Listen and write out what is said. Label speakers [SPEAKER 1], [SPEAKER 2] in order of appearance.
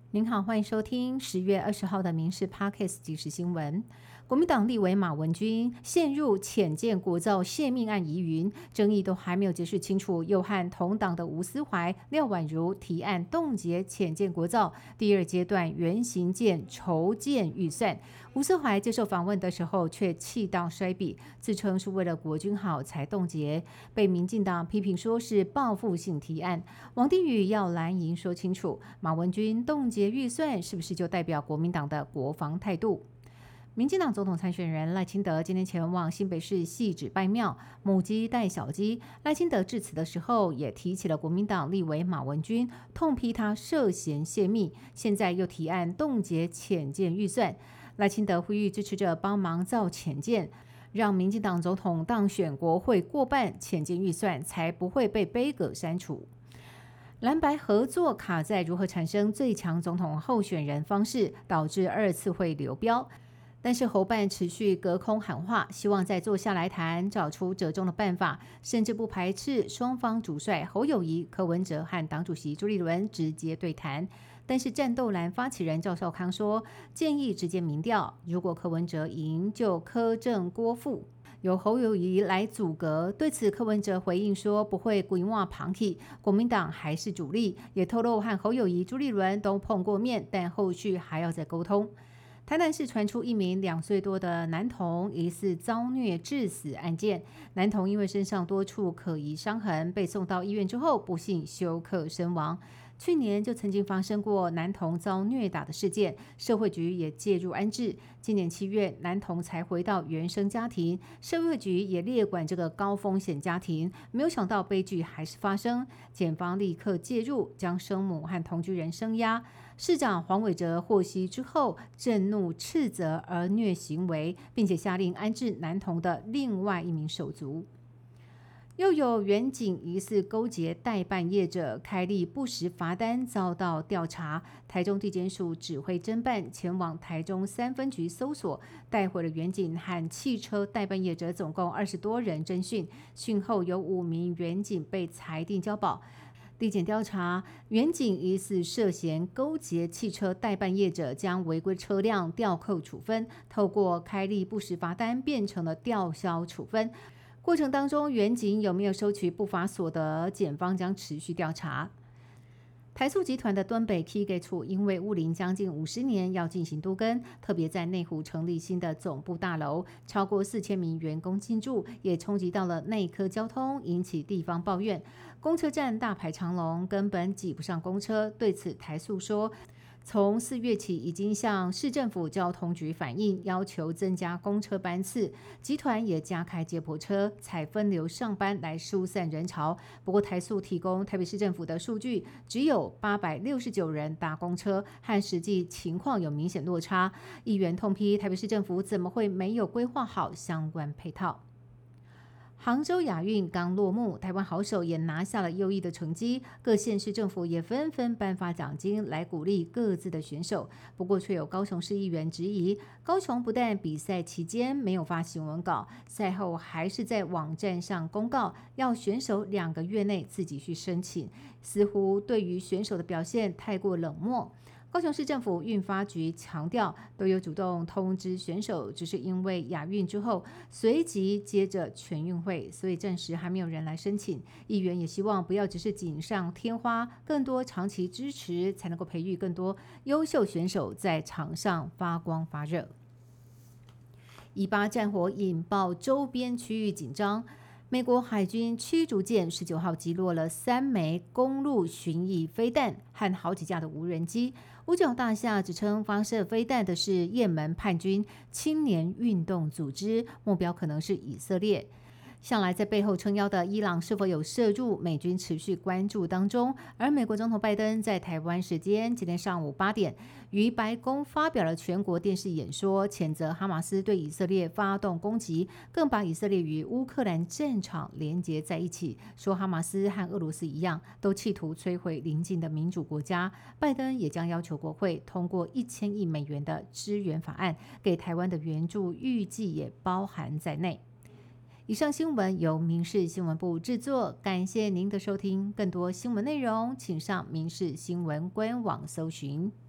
[SPEAKER 1] 您好，欢迎收听10月20号的民事 Podcast 即时新闻。国民党立委马文君陷入浅见国造泄密案疑云，争议都还没有解释清楚，又和同党的吴思怀、廖婉如提案冻结浅见国造第二阶段原型件筹建预算。吴思怀接受访问的时候却气到摔笔，自称是为了国军好才冻结，被民进党批评说是报复性提案。王定宇要蓝营说清楚，马文君冻结预算是不是就代表国民党的国防态度？民进党总统参选人赖清德今天前往新北市汐止拜庙，母鸡带小鸡。赖清德致辞的时候也提起了国民党立委马文君，痛批他涉嫌泄密，现在又提案冻结浅见预算。赖清德呼吁支持者帮忙造浅见，让民进党总统当选国会过半，浅见预算才不会被杯葛删除。蓝白合作卡在如何产生最强总统候选人方式，导致二次会流标。但是侯办持续隔空喊话，希望再坐下来谈，找出折中的办法，甚至不排斥双方主帅侯友宜、柯文哲和党主席朱立伦直接对谈。但是战斗蓝发起人赵少康说，建议直接民调，如果柯文哲赢，就柯正郭副，由侯友宜来阻隔。对此，柯文哲回应说不会规划旁体，国民党还是主力，也透露和侯友宜、朱立伦都碰过面，但后续还要再沟通。台南市传出一名2岁多的男童疑似遭虐致死案件，男童因为身上多处可疑伤痕，被送到医院之后不幸休克身亡。去年就曾经发生过男童遭虐打的事件，社会局也介入安置。今年7月，男童才回到原生家庭，社会局也列管这个高风险家庭。没有想到悲剧还是发生，检方立刻介入，将生母和同居人声押。市长黄伟哲获悉之后，震怒斥责儿虐行为，并且下令安置男童的另外一名手足。又有远警疑似勾结代办业者开立不实罚单，遭到调查。台中地检署指挥侦办前往台中3分局搜索，带回了远警和汽车代办业者总共20多人侦讯。讯后有5名远警被裁定交保。地检调查，远警疑似涉嫌勾结汽车代办业者，将违规车辆吊扣处分，透过开立不实罚单变成了吊销处分。过程当中，远警有没有收取不法所得，检方将持续调查。台塑集团的敦北 K 处因为物林将近50年，要进行都更，特别在内湖成立新的总部大楼，超过4000名员工进驻，也冲击到了内科交通，引起地方抱怨。公车站大排长龙，根本挤不上公车。对此，台塑说，从4月起已经向市政府交通局反映，要求增加公车班次，集团也加开接驳车，采分流上班来疏散人潮。不过台塑提供台北市政府的数据，只有869人搭公车，和实际情况有明显落差。议员痛批台北市政府怎么会没有规划好相关配套。杭州亚运刚落幕，台湾好手也拿下了优异的成绩，各县市政府也纷纷颁发奖金来鼓励各自的选手。不过，却有高雄市议员质疑，高雄不但比赛期间没有发新闻稿，赛后还是在网站上公告，要选手2个月内自己去申请，似乎对于选手的表现太过冷漠。高雄市政府运发局强调，都有主动通知选手，只是因为亚运之后随即接着全运会，所以暂时还没有人来申请。议员也希望不要只是锦上添花，更多长期支持，才能够培育更多优秀选手在场上发光发热。以巴战火引爆周边区域紧张，美国海军驱逐舰19号击落了3枚公路巡弋飞弹和好几架的无人机。五角大厦指称发射飞弹的是也门叛军青年运动组织，目标可能是以色列。向来在背后撑腰的伊朗是否有涉入，美军持续关注当中。而美国总统拜登在台湾时间今天上午8点，于白宫发表了全国电视演说，谴责哈马斯对以色列发动攻击，更把以色列与乌克兰战场连结在一起，说哈马斯和俄罗斯一样，都企图摧毁邻近的民主国家。拜登也将要求国会通过1000亿美元的支援法案，给台湾的援助预计也包含在内。以上新闻由民事新闻部制作，感谢您的收听。更多新闻内容，请上民事新闻官网搜寻。